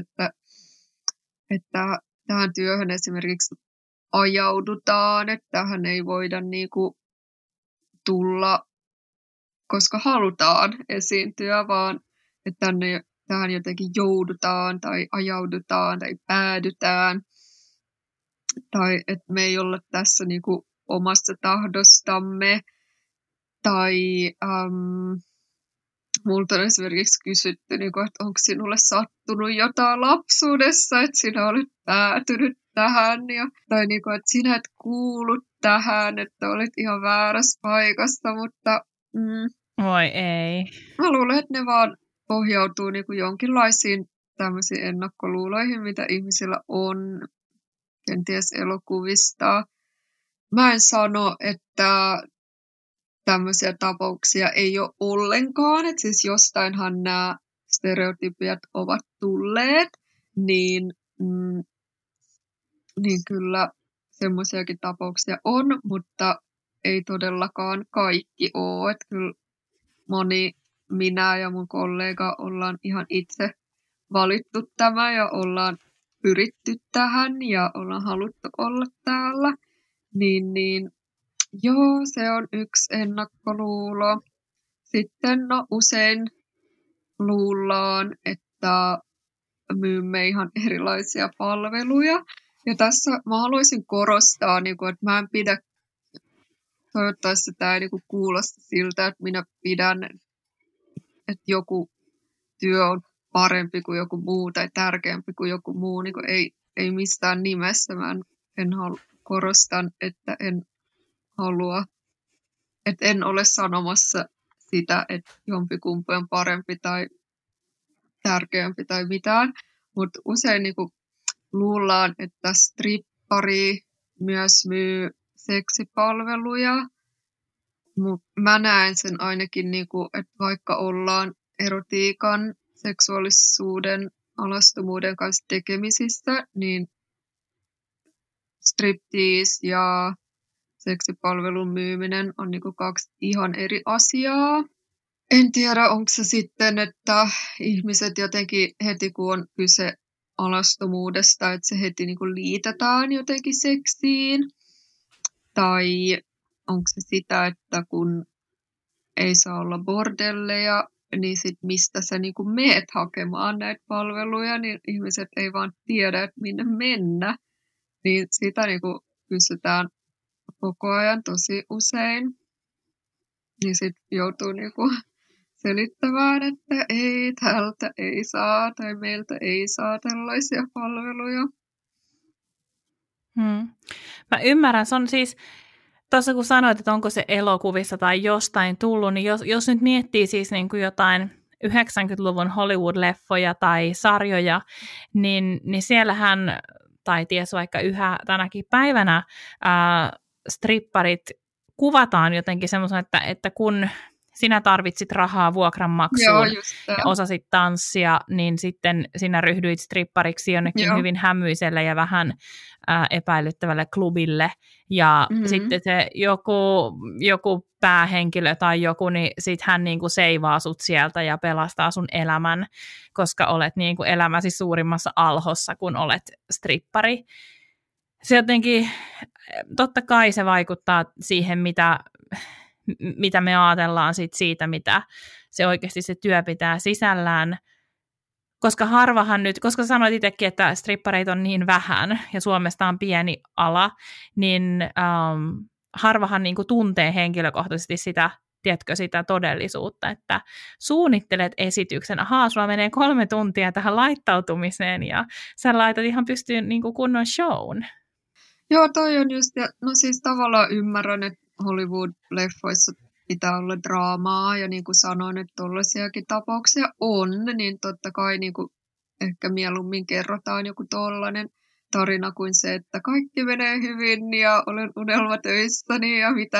että tähän työhön esimerkiksi ajaudutaan, että tähän ei voida niinku tulla, koska halutaan esiintyä, vaan että tähän jotenkin joudutaan tai ajaudutaan tai päädytään. Tai että me ei olla tässä niinku omasta tahdostamme. Tai multa on esimerkiksi kysytty, niinku, että onko sinulle sattunut jotain lapsuudessa, että sinä olet päätynyt tähän. Tai niinku, että sinä et kuulu tähän, että olit ihan väärässä paikassa, mutta voi ei. mä luulen, että ne vaan pohjautuu niinku jonkinlaisiin tämmöisiin ennakkoluuloihin, mitä ihmisillä on kenties elokuvista. Mä en sano, että tämmöisiä tapauksia ei ole ollenkaan, että siis jostainhan nämä stereotypiat ovat tulleet, niin kyllä semmoisiakin tapauksia on, mutta ei todellakaan kaikki ole. Että kyllä moni, minä ja mun kollega ollaan ihan itse valittu tämä ja ollaan pyritty tähän ja ollaan haluttu olla täällä, niin joo, se on yksi ennakkoluulo. Sitten usein luullaan, että myymme ihan erilaisia palveluja. Ja tässä mä haluaisin korostaa, että mä en pidä, toivottavasti tämä ei kuulosta siltä, että minä pidän, että joku työ on parempi kuin joku muu tai tärkeämpi kuin joku muu. Ei mistään nimessä. Mä korostan, että en halua, että en ole sanomassa sitä, että jompikumpi on parempi tai tärkeämpi tai mitään, mutta usein luullaan, että strippari myös myy seksipalveluja. Mä näen sen ainakin, että vaikka ollaan erotiikan, seksuaalisuuden, alastomuuden kanssa tekemisissä, niin striptease ja seksipalvelun myyminen on kaksi ihan eri asiaa. En tiedä, onko se sitten, että ihmiset jotenkin heti kun on kyse alastomuudesta, että se heti liitetään jotenkin seksiin. Tai onko se sitä, että kun ei saa olla bordelleja, niin sit mistä sä meet hakemaan näitä palveluja, niin ihmiset ei vaan tiedä, että minne mennä. Niin sitä kysytään koko ajan tosi usein. Niin sitten joutuu selittämään, että ei, tältä ei saa tai meiltä ei saa tällaisia palveluja. Mä ymmärrän, se on siis, tuossa kun sanoit, että onko se elokuvissa tai jostain tullut, niin jos nyt miettii siis jotain 90-luvun Hollywood-leffoja tai sarjoja, niin siellähän, tai ties vaikka yhä tänäkin päivänä, stripparit kuvataan jotenkin semmoisen, että kun sinä tarvitsit rahaa vuokranmaksuun ja osasit tanssia, niin sitten sinä ryhdyit strippariksi jonnekin hyvin hämyiselle ja vähän epäilyttävälle klubille. Ja sitten se joku päähenkilö tai joku, niin sitten hän seivaa sut sieltä ja pelastaa sun elämän, koska olet elämäsi suurimmassa alhossa, kun olet strippari. Se jotenkin, totta kai se vaikuttaa siihen, mitä me ajatellaan siitä, mitä se oikeasti se työ pitää sisällään. Koska harvahan nyt, koska sanoit itsekin, että strippareita on niin vähän ja Suomesta on pieni ala, niin harvahan tuntee henkilökohtaisesti sitä, tiedätkö, sitä todellisuutta, että suunnittelet esityksen, sulla menee 3 tuntia tähän laittautumiseen ja sä laitat ihan pystyyn kunnon shown. Joo, toi on just, no siis tavallaan ymmärrän, että Hollywood-leffoissa pitää olla draamaa, ja niin kuin sanoin, että tollaisiakin tapauksia on, niin totta kai ehkä mieluummin kerrotaan joku tollainen tarina kuin se, että kaikki menee hyvin, ja olen unelmatöissäni, ja mitään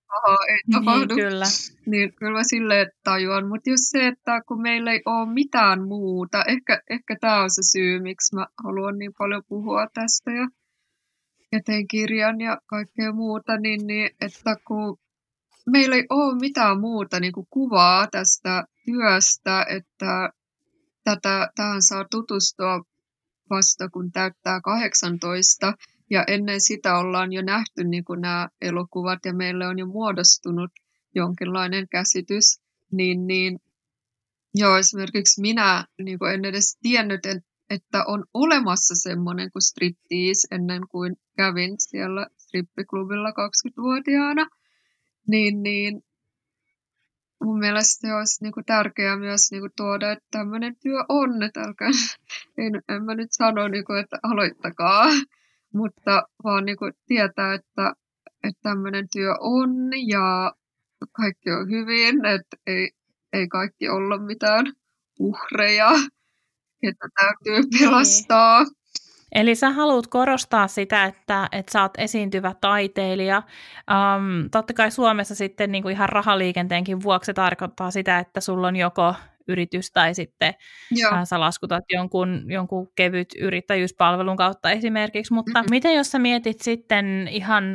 pahaa ei tapahdu. Niin, kyllä. Niin kyllä mä silleen tajuan, mutta just se, että kun meillä ei ole mitään muuta, ehkä tämä on se syy, miksi mä haluan niin paljon puhua tästä ja tein kirjan ja kaikkea muuta, niin että kun meillä ei ole mitään muuta niin kuin kuvaa tästä työstä, että tähän saa tutustua vasta kun täyttää 18, ja ennen sitä ollaan jo nähty niin kuin nämä elokuvat, ja meille on jo muodostunut jonkinlainen käsitys, niin joo, esimerkiksi minä niin kuin en edes tiennyt, että on olemassa semmoinen kuin striptease ennen kuin kävin siellä strippiklubilla 20-vuotiaana, niin mun mielestä se olisi niin kuin tärkeää myös niin kuin tuoda, että tämmöinen työ on, että en mä nyt sano, niin kuin, että aloittakaa, mutta vaan niin kuin tietää, että tämmöinen työ on ja kaikki on hyvin, että ei kaikki olla mitään uhreja, että täytyy pelastaa. Eli sä haluat korostaa sitä, että sä oot esiintyvä taiteilija. Totta kai Suomessa sitten niin kuin ihan rahaliikenteenkin vuoksi se tarkoittaa sitä, että sulla on joko yritys tai sitten sä laskutat jonkun kevyt yrittäjyyspalvelun kautta esimerkiksi. Mutta miten jos sä mietit sitten ihan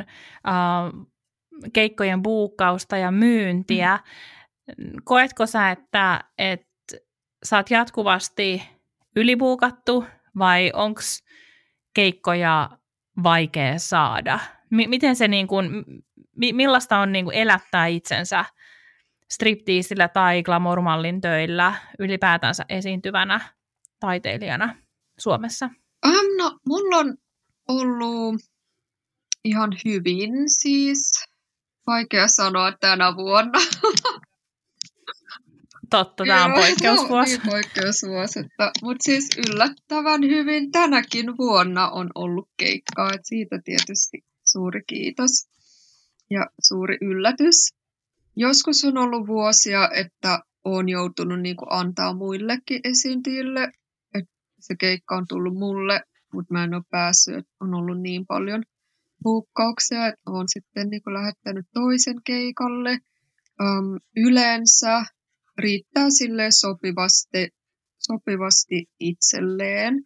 keikkojen buukkausta ja myyntiä, koetko sä, että sä oot jatkuvasti ylibuukattu vai onko keikkoja vaikea saada? Miten se niin kuin, millaista on niin kuin elättää itsensä stripteasillä tai glamour-mallin töillä ylipäätänsä esiintyvänä taiteilijana Suomessa? No, mulla on ollut ihan hyvin siis. Vaikea sanoa tänä vuonna. Totta, tämä on poikkeusvuosi. Niin, poikkeusvuosi. Mutta siis yllättävän hyvin tänäkin vuonna on ollut keikkaa. Et siitä tietysti suuri kiitos ja suuri yllätys. Joskus on ollut vuosia, että olen joutunut niinku antaa muillekin esiintyjille. Et se keikka on tullut mulle, mutta mä en ole päässyt. On ollut niin paljon buukkauksia, että olen sitten niinku lähettänyt toisen keikalle. Yleensä riittää sille sopivasti itselleen.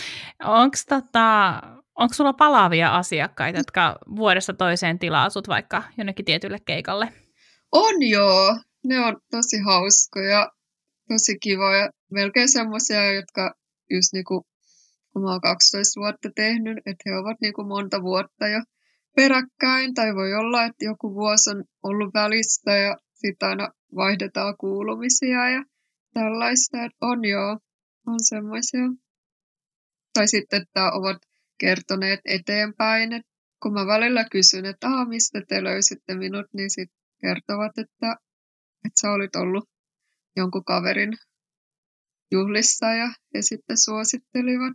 Onko sulla palaavia asiakkaita, jotka vuodesta toiseen tilaa sut vaikka jonnekin tietylle keikalle? On joo. Ne on tosi hauskoja, tosi kivoja. Melkein semmoisia, jotka just niinku, kun mä oon 12 vuotta tehnyt, että he ovat niinku monta vuotta jo peräkkäin. Tai voi olla, että joku vuosi on ollut välistä ja sitten aina vaihdetaan kuulumisia ja tällaista. On joo, on semmoisia. Tai sitten, että ovat kertoneet eteenpäin. Et kun mä välillä kysyn, että mistä te löysitte minut, niin sitten kertovat, että sä olit ollut jonkun kaverin juhlissa ja he sitten suosittelivat.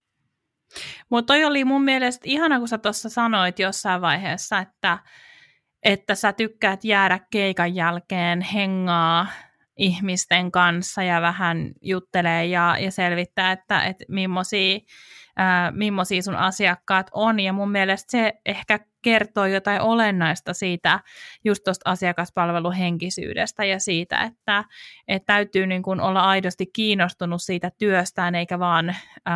Mutta toi oli mun mielestä ihana, kun sä tuossa sanoit jossain vaiheessa, että sä tykkäät jäädä keikan jälkeen hengaa ihmisten kanssa ja vähän juttelee ja selvittää, että millaisia sun asiakkaat on. Ja mun mielestä se ehkä kertoo jotain olennaista siitä just tuosta asiakaspalveluhenkisyydestä ja siitä, että täytyy niin kuin olla aidosti kiinnostunut siitä työstään, eikä vaan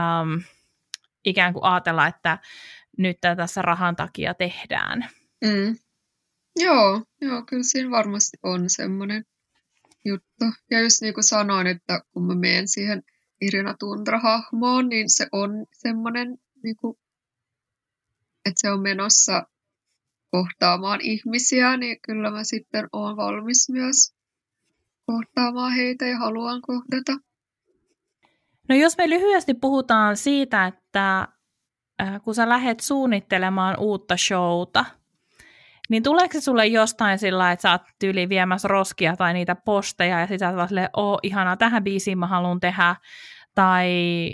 ikään kuin ajatella, että nyt tässä rahan takia tehdään. Joo, kyllä siinä varmasti on semmoinen juttu. Ja just niin kuin sanoin, että kun mä menen siihen Irina Tundra-hahmoon, niin se on semmoinen, niin kuin, että se on menossa kohtaamaan ihmisiä, niin kyllä mä sitten olen valmis myös kohtaamaan heitä ja haluan kohdata. No jos me lyhyesti puhutaan siitä, että kun sä lähdet suunnittelemaan uutta showta, niin tuleeko se sulle jostain sillä, että sä oot tyyliin viemässä roskia tai niitä posteja ja sit sä oot vaan silleen, ihanaa, tähän biisiin mä haluan tehdä, tai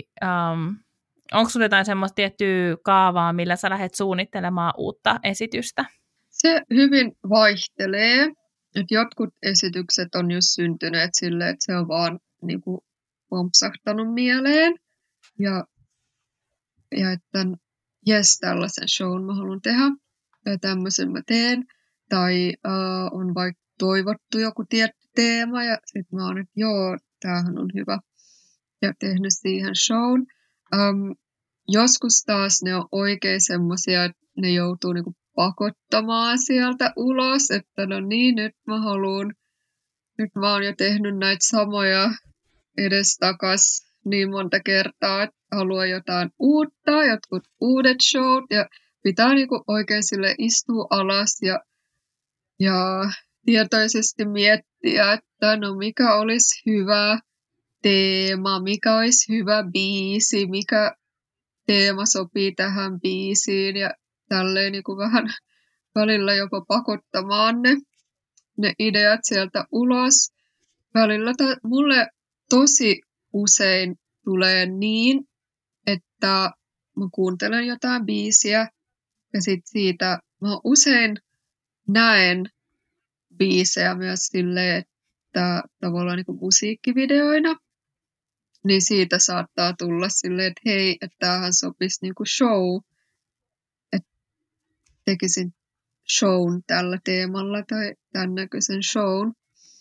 onko sulla jotain semmoista tiettyä kaavaa, millä sä lähdet suunnittelemaan uutta esitystä? Se hyvin vaihtelee, että jotkut esitykset on just syntyneet silleen, että se on vaan niin kuin pompsahtanut mieleen ja että jes, tällaisen shown mä haluan tehdä ja tämmöisen mä teen. Tai on vaikka toivottu joku tietty teema ja sitten mä oon, että joo, tämähän on hyvä. Ja tehnyt siihen shown. Joskus taas ne on oikein semmoisia, että ne joutuu niinku pakottamaan sieltä ulos, että no niin, nyt mä haluun. Nyt mä oon jo tehnyt näitä samoja edestakas niin monta kertaa, että haluaa jotain uutta, jotkut uudet showt ja pitää niinku oikein sille istua alas ja tietoisesti miettiä, että no mikä olisi hyvä teema, mikä olisi hyvä biisi, mikä teema sopii tähän biisiin ja tälleen niin kuin vähän välillä jopa pakottamaan ne ideat sieltä ulos. Välillä mulle tosi usein tulee niin, että mä kuuntelen jotain biisiä ja sit siitä mä usein näen biisejä myös silleen, että tavallaan niin kuin musiikkivideoina, niin siitä saattaa tulla silleen, että hei, että tämähän sopisi niin kuin show, että tekisin shown tällä teemalla tai tämän näköisen shown.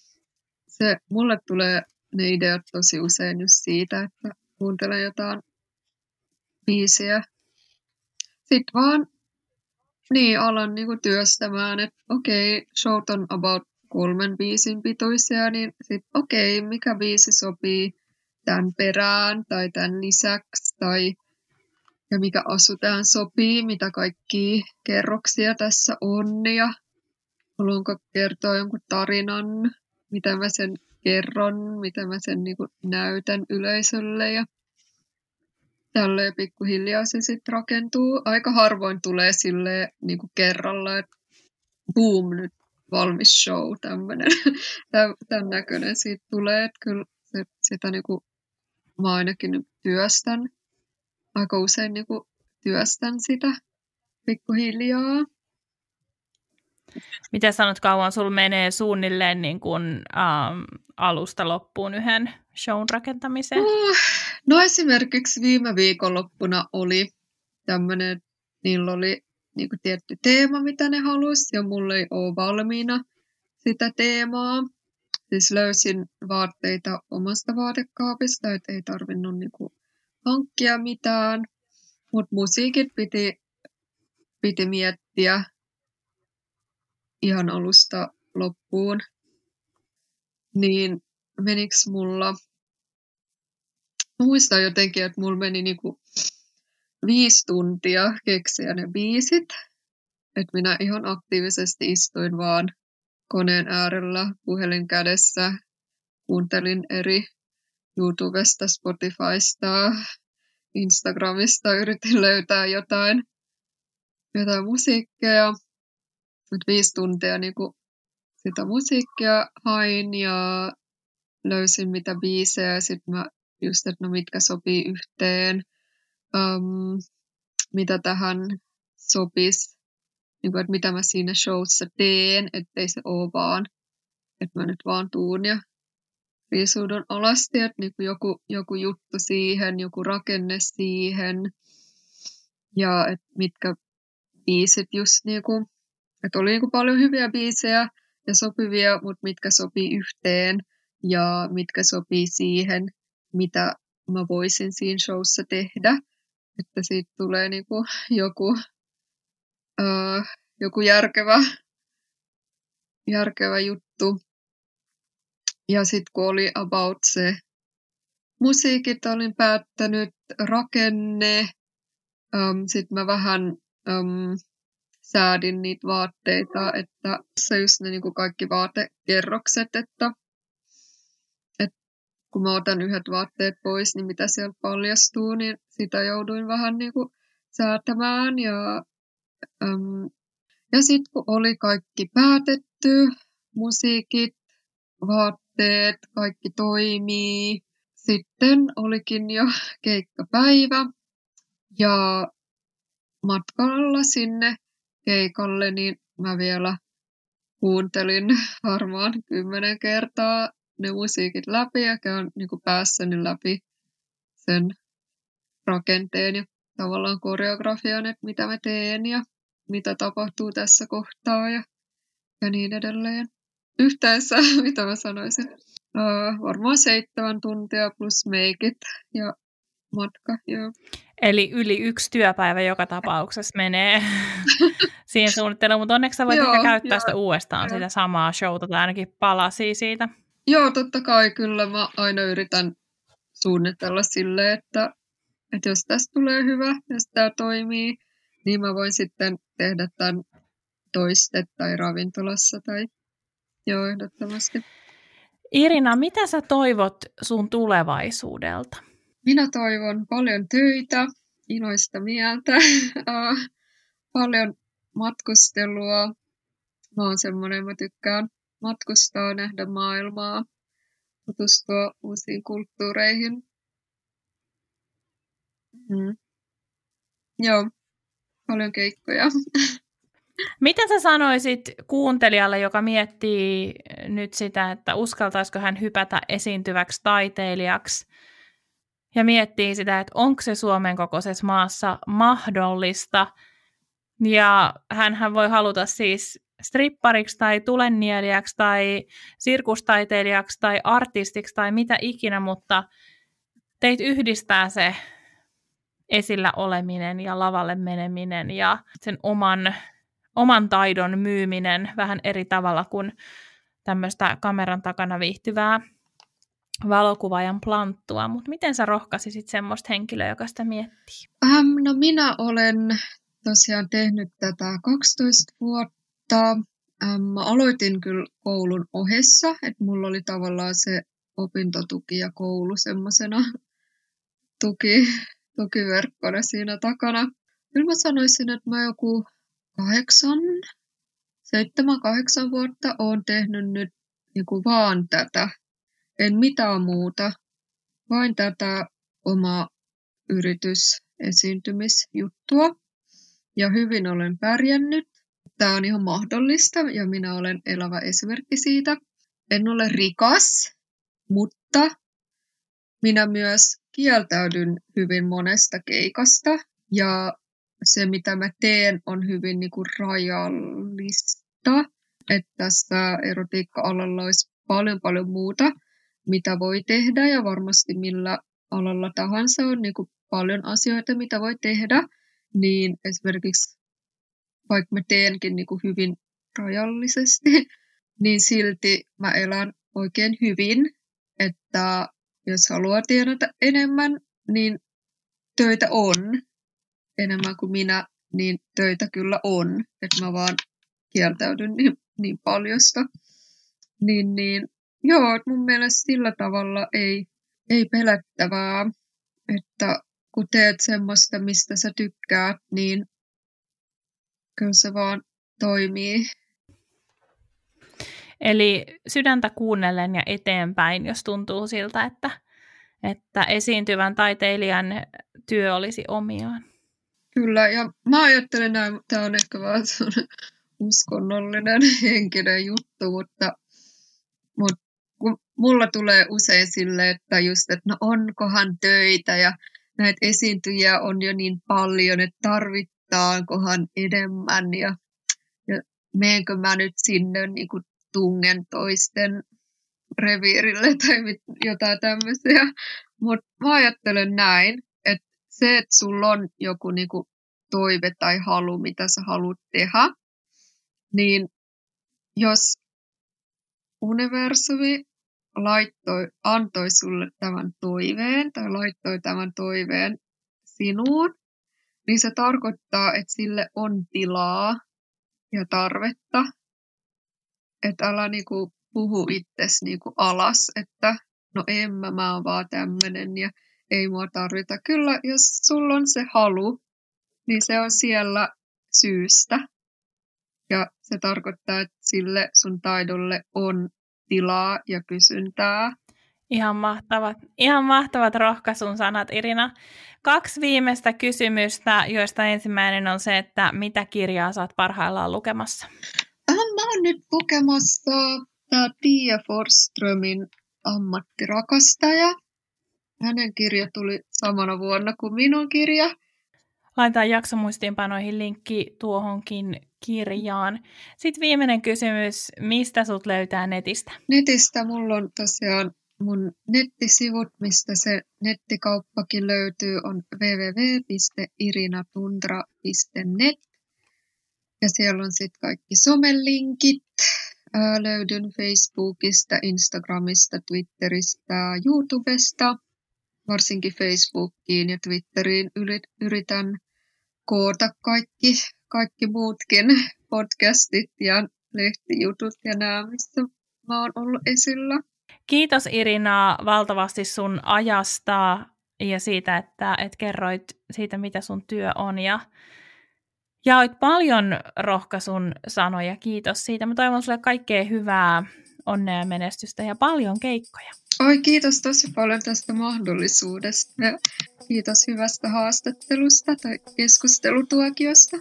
Mulle tulee ne ideat tosi usein just siitä, että kuuntelen jotain biisiä. Sitten vaan niin alan niinku työstämään, että okei, showt on about 3 biisin pituisia, niin sitten okei, mikä biisi sopii tämän perään tai tämän lisäksi ja mikä asu tähän sopii, mitä kaikkia kerroksia tässä on ja haluanko kertoa jonkun tarinan, miten mä sen kerron, miten mä sen niinku näytän yleisölle ja tälleen pikkuhiljaa se sitten rakentuu. Aika harvoin tulee silleen niinku kerralla, että boom, nyt valmis show, tämmönen. Tämän näköinen siitä tulee, että kyllä sitä niinku mä ainakin nyt työstän. Aika usein niinku työstän sitä pikkuhiljaa. Miten sanot, kauan sulla menee suunnilleen niin kuin, alusta loppuun yhden shown rakentamiseen? No esimerkiksi viime viikonloppuna oli tämmöinen, että niillä oli niinku tietty teema, mitä ne halusi, ja mulla ei ole valmiina sitä teemaa. Siis löysin vaatteita omasta vaatekaapista, että ei tarvinnut niinku hankkia mitään, mutta musiikit piti miettiä ihan alusta loppuun. Niin meniks mulla... Mä muistan jotenkin, että mulla meni niinku 5 tuntia keksiä ne biisit. Että minä ihan aktiivisesti istuin vaan koneen äärellä, puhelin kädessä, kuuntelin eri YouTubesta, Spotifysta, Instagramista, yritin löytää jotain musiikkia. Nyt 5 tuntia niinku sitä musiikkia hain ja löysin mitä biisejä ja sitten mä just, että no mitkä sopii yhteen, mitä tähän sopisi, niin kuin, että mitä mä siinä showssa teen, ettei se ole vaan, että mä nyt vaan tuun ja riisuudun alasti, että niin kuin joku juttu siihen, joku rakenne siihen ja että mitkä biisit just niin kuin, että oli niin kuin paljon hyviä biisejä ja sopivia, mutta mitkä sopii yhteen ja mitkä sopii siihen, mitä mä voisin siinä showssa tehdä. Että siitä tulee niinku joku järkevä juttu. Ja sitten kun oli about se musiikit, olin päättänyt rakenne. Sitten mä vähän säädin niitä vaatteita, että se just ne niinku kaikki vaatekerrokset, että kun mä otan yhdet vaatteet pois, niin mitä sieltä paljastuu, niin sitä jouduin vähän niinku säätämään. Ja sitten kun oli kaikki päätetty, musiikit, vaatteet, kaikki toimii, sitten olikin jo keikkapäivä. Ja matkalla sinne keikalle, niin mä vielä kuuntelin varmaan 10 kertaa ne musiikit läpi ja käyn niin kuin päässäni läpi sen rakenteen ja tavallaan koreografian, että mitä mä teen ja mitä tapahtuu tässä kohtaa. Ja ja niin edelleen. Yhteensä, mitä mä sanoisin, varmaan 7 tuntia plus meikit ja matka, joo. Eli yli 1 työpäivä joka tapauksessa menee siihen suunnitteluun, mutta onneksi sä voit ehkä käyttää sitä uudestaan, sitä samaa showta tai ainakin palasia siitä. Joo, totta kai kyllä mä aina yritän suunnitella silleen, että jos tästä tulee hyvä, jos tämä toimii, niin mä voin sitten tehdä tämän toiste tai ravintolassa tai joo, ehdottomasti. Irina, mitä sä toivot sun tulevaisuudelta? Minä toivon paljon töitä, iloista mieltä, paljon matkustelua. Mä oon semmoinen, mä tykkään matkustaa, nähdä maailmaa, tutustua uusiin kulttuureihin. Joo, paljon keikkoja. Mitä sä sanoisit kuuntelijalle, joka miettii nyt sitä, että uskaltaisiko hän hypätä esiintyväksi taiteilijaksi ja miettii sitä, että onko se Suomen kokoisessa maassa mahdollista ja hänhän voi haluta siis strippariksi tai tulennielijäksi tai sirkustaiteilijaksi tai artistiksi tai mitä ikinä, mutta teitä yhdistää se esillä oleminen ja lavalle meneminen ja sen oman taidon myyminen vähän eri tavalla kuin tämmöistä kameran takana viihtyvää valokuvaajan planttua. Mutta miten sä rohkaisisit semmoista henkilöä, joka sitä miettii? No minä olen tosiaan tehnyt tätä 12 vuotta. Mä aloitin kyllä koulun ohessa, että mulla oli tavallaan se opintotuki ja koulu semmoisena tukiverkkona siinä takana. Kyllä mä sanoisin, että mä joku 7-8 vuotta olen tehnyt nyt niin kuin vaan tätä. En mitään muuta. Vain tätä omaa yritysesiintymisjuttua. Ja hyvin olen pärjännyt. Tämä on ihan mahdollista ja minä olen elävä esimerkki siitä. En ole rikas, mutta minä myös kieltäydyn hyvin monesta keikasta. Ja se, mitä mä teen, on hyvin niin kuin rajallista. Että tässä erotiikka-alalla olisi paljon muuta, mitä voi tehdä. Ja varmasti millä alalla tahansa on niin kuin paljon asioita, mitä voi tehdä. Niin esimerkiksi vaikka mä teenkin niin kuin hyvin rajallisesti, niin silti mä elän oikein hyvin. Että jos haluaa tienata enemmän, niin töitä on. Enemmän kuin minä, niin töitä kyllä on. Että mä vaan kieltäydyn niin paljosta. Niin, joo, että mun mielestä sillä tavalla ei pelättävää, että kun teet semmoista, mistä sä tykkäät, niin kyllä se vaan toimii. Eli sydäntä kuunnellen ja eteenpäin, jos tuntuu siltä, että esiintyvän taiteilijan työ olisi omiaan. Kyllä, ja mä ajattelen näin, tämä on ehkä vaan uskonnollinen henkinen juttu, mutta kun mulla tulee usein silleen, että just, että no onkohan töitä ja näitä esiintyjiä on jo niin paljon, että tarvittaankohan enemmän ja meenkö mä nyt sinne niin kuin tungen toisten reviirille tai jotain tämmöisiä. Mutta mä ajattelen näin, että se, että sulla on joku niin kuin toive tai halu, mitä sä haluat tehdä, niin jos universumi antoi sulle tämän toiveen tai laittoi tämän toiveen sinuun, niin se tarkoittaa, että sille on tilaa ja tarvetta. Että älä niinku puhu itsesi niinku alas, että no mä oon vaan tämmönen ja ei mua tarvita. Kyllä, jos sulla on se halu, niin se on siellä syystä. Ja se tarkoittaa, että sille sun taidolle on tilaa ja kysyntää. Ihan mahtavat rohkaisun sanat, Irina. 2 viimeistä kysymystä, joista ensimmäinen on se, että mitä kirjaa sä oot parhaillaan lukemassa? Mä oon nyt lukemassa Pia Forsströmin Ammattirakastaja. Hänen kirja tuli samana vuonna kuin minun kirja. Laitetaan jaksomuistiinpanoihin linkki tuohonkin kirjaan. Sitten viimeinen kysymys, mistä sut löytää netistä? Netistä mulla on tosiaan mun nettisivut, mistä se nettikauppakin löytyy, on www.irinatundra.net. Ja siellä on sitten kaikki somelinkit. Löydyn Facebookista, Instagramista, Twitteristä, YouTubesta. Varsinkin Facebookiin ja Twitteriin yritän koota kaikki muutkin podcastit ja lehtijutut ja nämä, missä mä oon ollut esillä. Kiitos Irina valtavasti sun ajasta ja siitä, että kerroit siitä, mitä sun työ on ja jaoit paljon rohkaisun sanoja. Kiitos siitä. Mä toivon sulle kaikkea hyvää, onnea ja menestystä ja paljon keikkoja. Oi, kiitos tosi paljon tästä mahdollisuudesta ja kiitos hyvästä haastattelusta tai keskustelutuokiosta.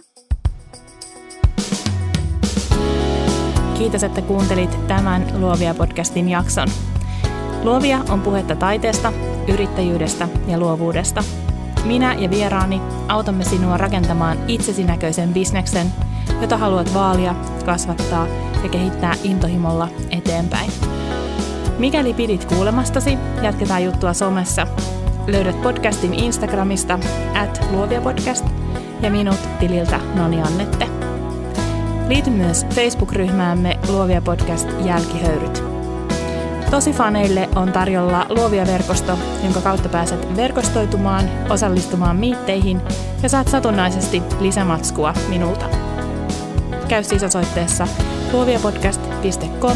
Kiitos, että kuuntelit tämän Luovia-podcastin jakson. Luovia on puhetta taiteesta, yrittäjyydestä ja luovuudesta. Minä ja vieraani autamme sinua rakentamaan itsesi näköisen bisneksen, jota haluat vaalia, kasvattaa ja kehittää intohimolla eteenpäin. Mikäli pidit kuulemastasi, jatketaan juttua somessa. Löydät podcastin Instagramista @luoviapodcast ja minut tililtä Noni Annette. Liity myös Facebook-ryhmäämme Luovia Podcast Jälkihöyryt. Tosifaneille on tarjolla Luovia-verkosto, jonka kautta pääset verkostoitumaan, osallistumaan miitteihin ja saat satunnaisesti lisämatskua minulta. Käy siis osoitteessa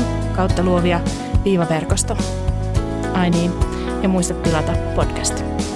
luoviapodcast.com/luovia-verkosto. Ai niin, ja muista tilata podcast.